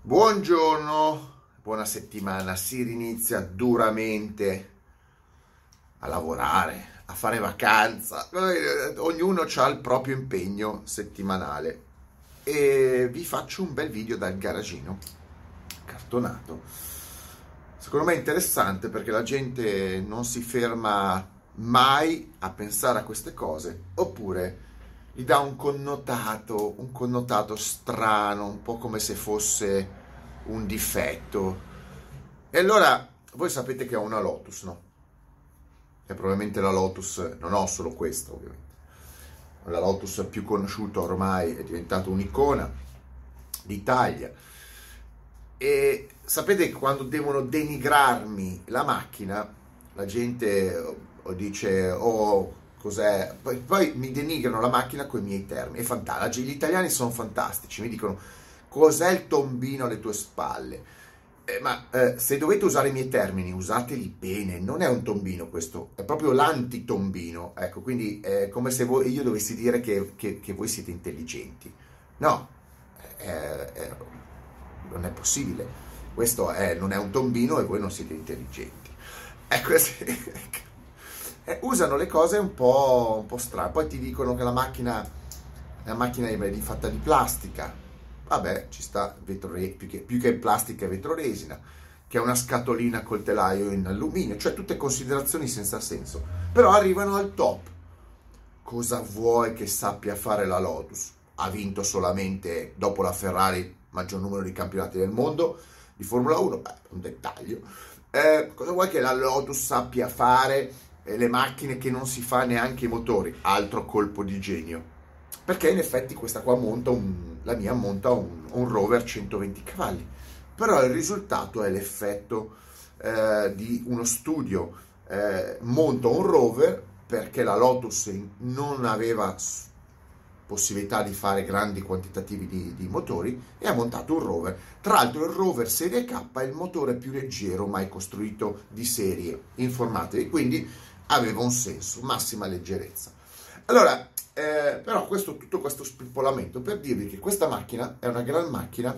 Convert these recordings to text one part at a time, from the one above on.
Buongiorno, buona settimana, si rinizia duramente a lavorare, a fare vacanza, ognuno ha il proprio impegno settimanale e vi faccio un bel video dal garagino cartonato. Secondo me è interessante perché la gente non si ferma mai a pensare a queste cose, oppure gli dà un connotato strano, un po' come se fosse un difetto. E allora voi sapete che ho una Lotus, no? E probabilmente la Lotus, non ho solo questa ovviamente, la Lotus più conosciuta ormai, è diventata un'icona d'Italia. E sapete che quando devono denigrarmi la macchina, la gente dice, oh, cos'è? Poi mi denigrano la macchina con i miei termini. È fantastico. Gli italiani sono fantastici, mi dicono, cos'è il tombino alle tue spalle? Se dovete usare i miei termini, usateli bene, non è un tombino questo, è proprio l'antitombino, ecco, quindi è come se io dovessi dire che voi siete intelligenti. No, non è possibile, non è un tombino e voi non siete intelligenti. Ecco, usano le cose un po' strane, poi ti dicono che la macchina è fatta di plastica. Vabbè, ci sta più che plastica e vetroresina, che è una scatolina col telaio in alluminio, cioè tutte considerazioni senza senso. Però arrivano al top. Cosa vuoi che sappia fare la Lotus? Ha vinto solamente, dopo la Ferrari, maggior numero di campionati del mondo di Formula 1? Beh, un dettaglio. Cosa vuoi che la Lotus sappia fare? Le macchine che non si fa neanche i motori? Altro colpo di genio. Perché in effetti questa qua la mia monta un Rover 120 cavalli, però il risultato è l'effetto di uno studio. Monto un Rover perché la Lotus non aveva possibilità di fare grandi quantitativi di motori e ha montato un Rover. Tra l'altro il Rover Serie K è il motore più leggero mai costruito di serie, informatevi, quindi aveva un senso, massima leggerezza. Allora, però tutto questo spippolamento per dirvi che questa macchina è una gran macchina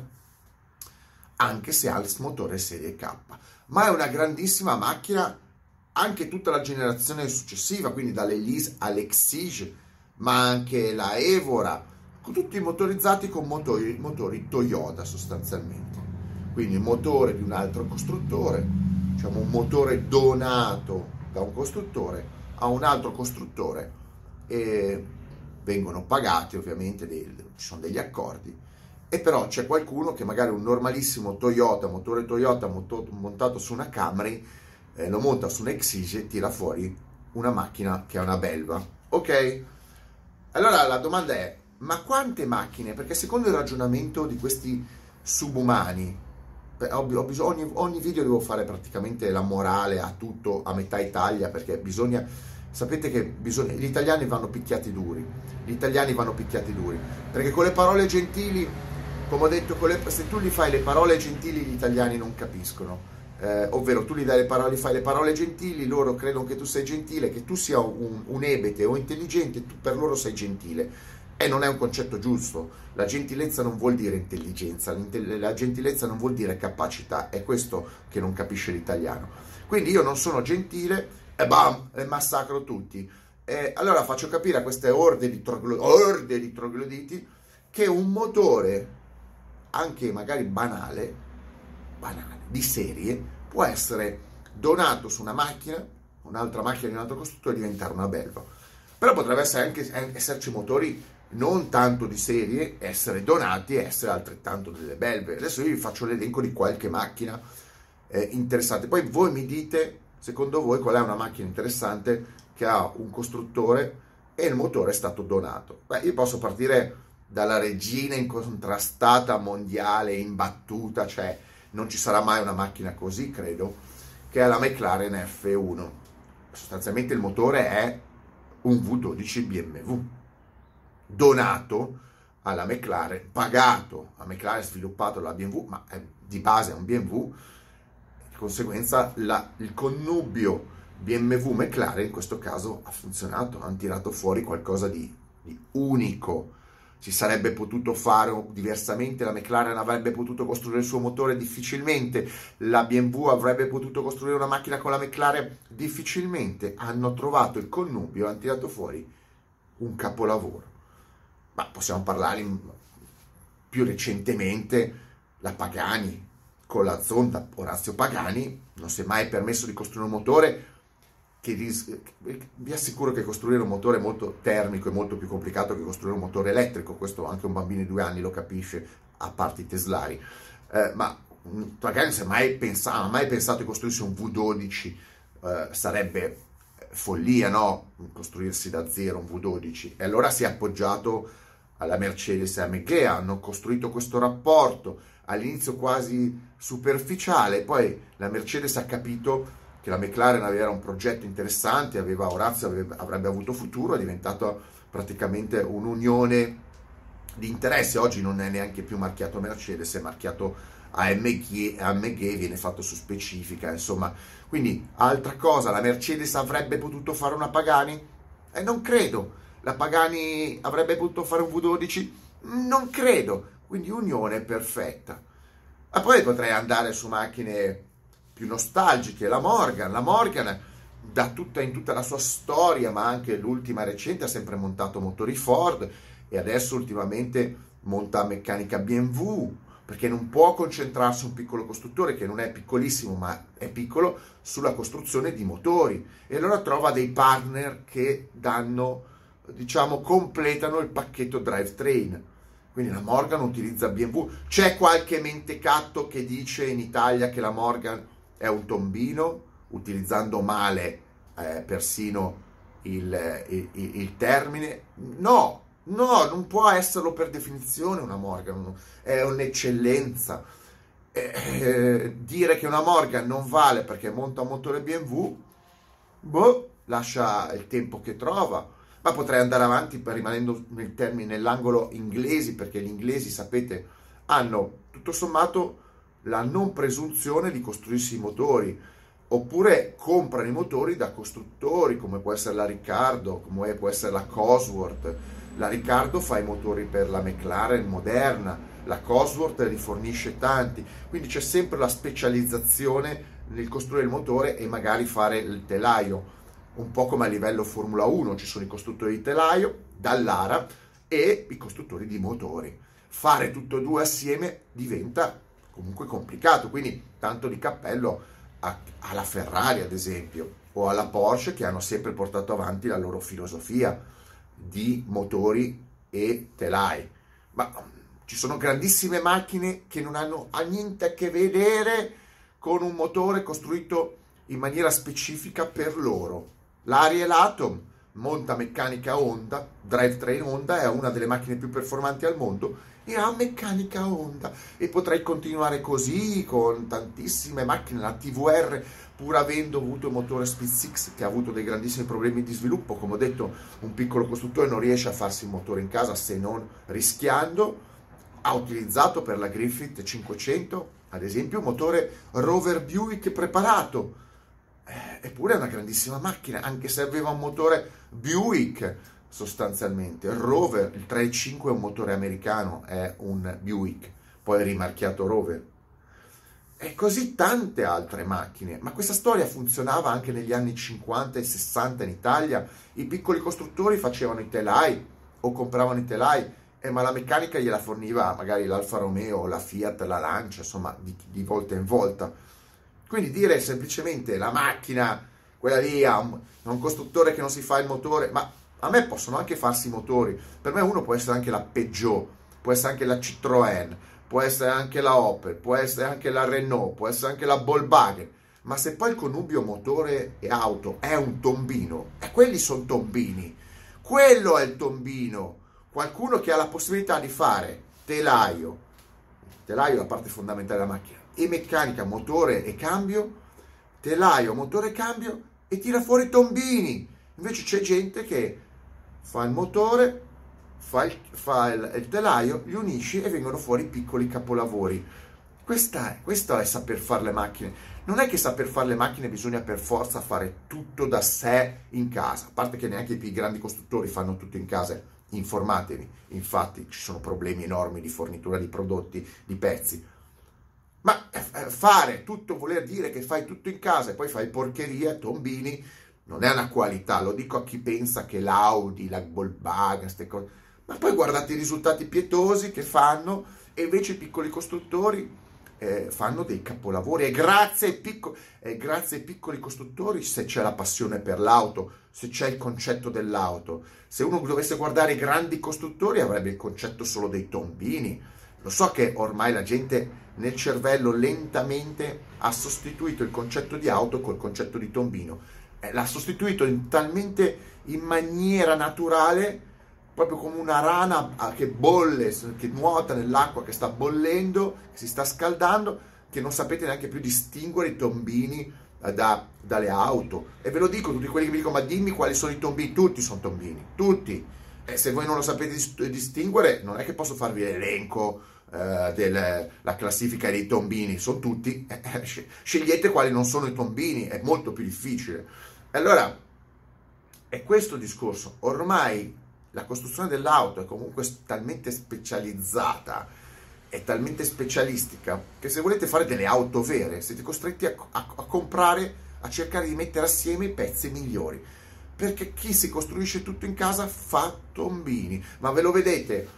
anche se ha il motore Serie K, ma è una grandissima macchina anche tutta la generazione successiva, quindi dall'Elise all'Exige, ma anche la Evora, tutti motorizzati con motori Toyota sostanzialmente, quindi il motore di un altro costruttore, diciamo un motore donato da un costruttore a un altro costruttore, e vengono pagati ovviamente, ci sono degli accordi, e però c'è qualcuno che magari un normalissimo Toyota, motore Toyota montato su una Camry, lo monta su un Exige e tira fuori una macchina che è una belva, ok? Allora la domanda è, ma quante macchine? Perché secondo il ragionamento di questi subumani, ogni video devo fare praticamente la morale a tutto, a metà Italia, perché sapete che gli italiani vanno picchiati duri, perché con le parole gentili, come ho detto, se tu gli fai le parole gentili gli italiani non capiscono, ovvero tu gli fai le parole gentili, loro credono che tu sei gentile, che tu sia un ebete o intelligente, tu per loro sei gentile. E non è un concetto giusto. La gentilezza non vuol dire intelligenza, la gentilezza non vuol dire capacità, è questo che non capisce l'italiano. Quindi io non sono gentile e bam, e massacro tutti. E allora faccio capire a queste orde di trogloditi che un motore, anche magari banale, di serie, può essere donato su una macchina, un'altra macchina di un altro costruttore, e diventare una belva. Però potrebbe esserci motori non tanto di serie, essere donati e essere altrettanto delle belve. Adesso io vi faccio l'elenco di qualche macchina interessante. Poi voi mi dite, secondo voi, qual è una macchina interessante che ha un costruttore e il motore è stato donato. Beh, io posso partire dalla regina incontrastata, mondiale, imbattuta, cioè non ci sarà mai una macchina così, credo, che è la McLaren F1. Sostanzialmente il motore è un V12 BMW, donato alla McLaren, pagato a McLaren, sviluppato dalla BMW, ma di base è un BMW, di conseguenza il connubio BMW-McLaren in questo caso ha funzionato, hanno tirato fuori qualcosa di unico. Si sarebbe potuto fare diversamente, la McLaren avrebbe potuto costruire il suo motore difficilmente, la BMW avrebbe potuto costruire una macchina con la McLaren difficilmente. Hanno trovato il connubio, hanno tirato fuori un capolavoro. Ma possiamo parlare più recentemente la Pagani con la Zonda. Orazio Pagani non si è mai permesso di costruire un motore che vi assicuro che costruire un motore molto termico è molto più complicato che costruire un motore elettrico. Questo anche un bambino di 2 anni lo capisce, a parte i teslari. Ma Pagani non ha mai pensato di costruirsi un V12, sarebbe follia, no? Costruirsi da zero un V12. E allora si è appoggiato alla Mercedes e AMG, hanno costruito questo rapporto all'inizio quasi superficiale, poi la Mercedes ha capito che la McLaren aveva un progetto interessante, Orazio avrebbe avuto futuro, è diventato praticamente un'unione di interesse. Oggi non è neanche più marchiato Mercedes, è marchiato AMG, viene fatto su specifica, insomma. Quindi, altra cosa, la Mercedes avrebbe potuto fare una Pagani? Non credo. La Pagani avrebbe potuto fare un V12? Non credo. Quindi unione perfetta. Ma poi potrei andare su macchine più nostalgiche, la Morgan in tutta la sua storia, ma anche l'ultima recente, ha sempre montato motori Ford e adesso ultimamente monta meccanica BMW, perché non può concentrarsi un piccolo costruttore che non è piccolissimo ma è piccolo sulla costruzione di motori, e allora trova dei partner che completano il pacchetto drivetrain. Quindi la Morgan utilizza BMW. C'è qualche mentecatto che dice in Italia che la Morgan è un tombino, utilizzando male persino il termine. No, non può esserlo per definizione una Morgan, è un'eccellenza. Dire che una Morgan non vale perché monta un motore BMW, lascia il tempo che trova. Ma potrei andare avanti rimanendo nell'angolo inglesi, perché gli inglesi, sapete, hanno tutto sommato la non presunzione di costruirsi i motori, oppure comprano i motori da costruttori come può essere la Ricardo, come può essere la Cosworth. La Ricardo fa i motori per la McLaren moderna, la Cosworth rifornisce tanti, quindi c'è sempre la specializzazione nel costruire il motore e magari fare il telaio, un po' come a livello Formula 1, ci sono i costruttori di telaio, dall'ara, e i costruttori di motori. Fare tutto e due assieme diventa comunque complicato, quindi tanto di cappello alla Ferrari ad esempio, o alla Porsche, che hanno sempre portato avanti la loro filosofia di motori e telai. Ma ci sono grandissime macchine che non hanno niente a che vedere con un motore costruito in maniera specifica per loro. L'Ariel Atom monta meccanica Honda, drivetrain Honda, è una delle macchine più performanti al mondo e ha meccanica Honda, e potrei continuare così con tantissime macchine. La TVR, pur avendo avuto il motore SpeedSix che ha avuto dei grandissimi problemi di sviluppo, come ho detto, un piccolo costruttore non riesce a farsi il motore in casa se non rischiando, ha utilizzato per la Griffith 500 ad esempio un motore Rover Buick preparato. Eppure è una grandissima macchina, anche se aveva un motore Buick sostanzialmente. Il Rover, il 3.5 è un motore americano, è un Buick, poi rimarchiato Rover. E così tante altre macchine. Ma questa storia funzionava anche negli anni 50 e 60 in Italia. I piccoli costruttori facevano i telai o compravano i telai, ma la meccanica gliela forniva magari l'Alfa Romeo, la Fiat, la Lancia, insomma, di volta in volta. Quindi dire semplicemente la macchina, quella lì, ha un costruttore che non si fa il motore, ma a me possono anche farsi i motori. Per me uno può essere anche la Peugeot, può essere anche la Citroën, può essere anche la Opel, può essere anche la Renault, può essere anche la Volkswagen, ma se poi il connubio motore e auto è un tombino, quelli sono tombini, quello è il tombino. Qualcuno che ha la possibilità di fare telaio è la parte fondamentale della macchina, e meccanica, motore e cambio, telaio, motore e cambio, e tira fuori tombini. Invece c'è gente che fa il motore, fa il telaio, li unisce e vengono fuori piccoli capolavori. Questo è saper fare le macchine. Non è che saper fare le macchine bisogna per forza fare tutto da sé in casa, a parte che neanche i più grandi costruttori fanno tutto in casa, informatevi, infatti ci sono problemi enormi di fornitura di prodotti, di pezzi, ma fare tutto, voler dire che fai tutto in casa e poi fai porcherie, tombini, non è una qualità. Lo dico a chi pensa che l'Audi, la Volkswagen, queste cose, ma poi guardate i risultati pietosi che fanno, e invece i piccoli costruttori fanno dei capolavori, e grazie ai piccoli costruttori, se c'è la passione per l'auto, se c'è il concetto dell'auto. Se uno dovesse guardare i grandi costruttori avrebbe il concetto solo dei tombini. Lo so che ormai la gente nel cervello lentamente ha sostituito il concetto di auto col concetto di tombino, l'ha sostituito talmente in maniera naturale, proprio come una rana che bolle, che nuota nell'acqua, che sta bollendo, che si sta scaldando, che non sapete neanche più distinguere i tombini dalle auto. E ve lo dico, tutti quelli che mi dicono: ma dimmi quali sono i tombini. Tutti sono tombini, tutti. E se voi non lo sapete distinguere, non è che posso farvi l'elenco della classifica dei tombini, sono tutti. Scegliete quali non sono i tombini, è molto più difficile. Allora, è questo il discorso. Ormai la costruzione dell'auto è comunque talmente specializzata, è talmente specialistica, che se volete fare delle auto vere siete costretti a comprare, a cercare di mettere assieme i pezzi migliori, perché chi si costruisce tutto in casa fa tombini. Ma ve lo vedete?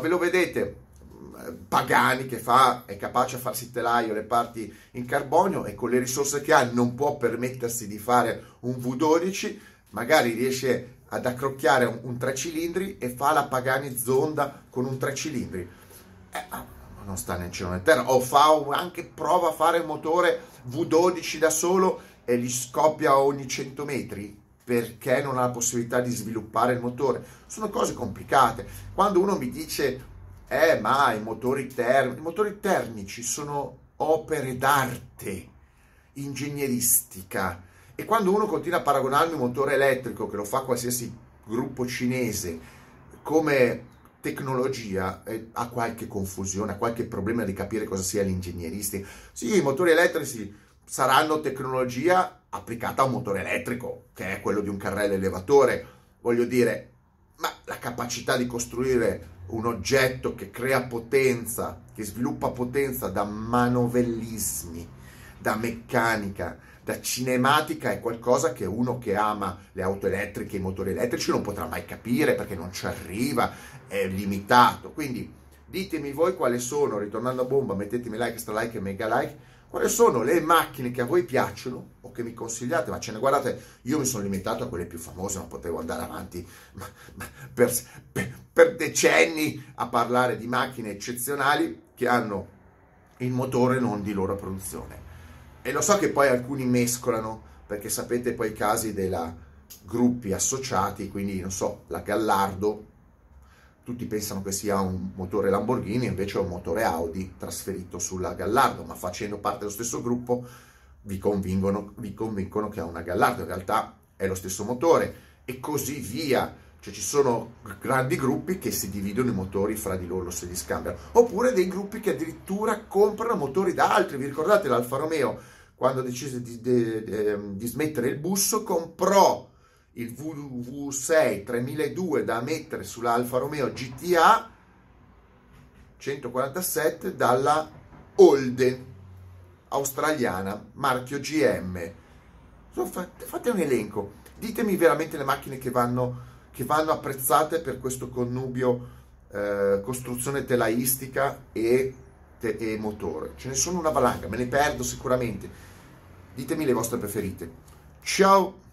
Pagani che è capace a farsi il telaio, le parti in carbonio, e con le risorse che ha non può permettersi di fare un V12, magari riesce ad accrocchiare un 3 cilindri e fa la Pagani Zonda con un 3 cilindri. Non sta né in cielo né in terra. O anche prova a fare il motore V12 da solo e gli scoppia ogni 100 metri perché non ha la possibilità di sviluppare il motore. Sono cose complicate. Quando uno mi dice ma i motori termici sono opere d'arte ingegneristica, e quando uno continua a paragonarmi un motore elettrico, che lo fa qualsiasi gruppo cinese, come tecnologia, ha qualche confusione, ha qualche problema di capire cosa sia l'ingegneristica. Sì, i motori elettrici saranno tecnologia applicata a un motore elettrico, che è quello di un carrello elevatore, voglio dire, ma la capacità di costruire un oggetto che crea potenza, che sviluppa potenza da manovellismi, da meccanica, da cinematica, è qualcosa che uno che ama le auto elettriche, i motori elettrici, non potrà mai capire, perché non ci arriva, è limitato. Quindi ditemi voi quali sono, ritornando a bomba, mettetemi like, stralike e mega like, quali sono le macchine che a voi piacciono o che mi consigliate. Ma ce ne, guardate, io mi sono limitato a quelle più famose, ma potevo andare avanti per decenni a parlare di macchine eccezionali che hanno il motore non di loro produzione. E lo so che poi alcuni mescolano, perché sapete poi i casi della gruppi associati, quindi non so, la Gallardo, tutti pensano che sia un motore Lamborghini, invece è un motore Audi trasferito sulla Gallardo, ma facendo parte dello stesso gruppo vi convincono che è una Gallardo, in realtà è lo stesso motore, e così via. Cioè ci sono grandi gruppi che si dividono i motori fra di loro, se li scambiano, oppure dei gruppi che addirittura comprano motori da altri. Vi ricordate l'Alfa Romeo, quando decise di smettere il busso, comprò il V6 3002 da mettere sull'Alfa Romeo GTA 147 dalla Holden australiana, marchio GM. Fate un elenco, ditemi veramente le macchine che vanno apprezzate per questo connubio costruzione telaistica e motore. Ce ne sono una valanga, me ne perdo sicuramente. Ditemi le vostre preferite. Ciao!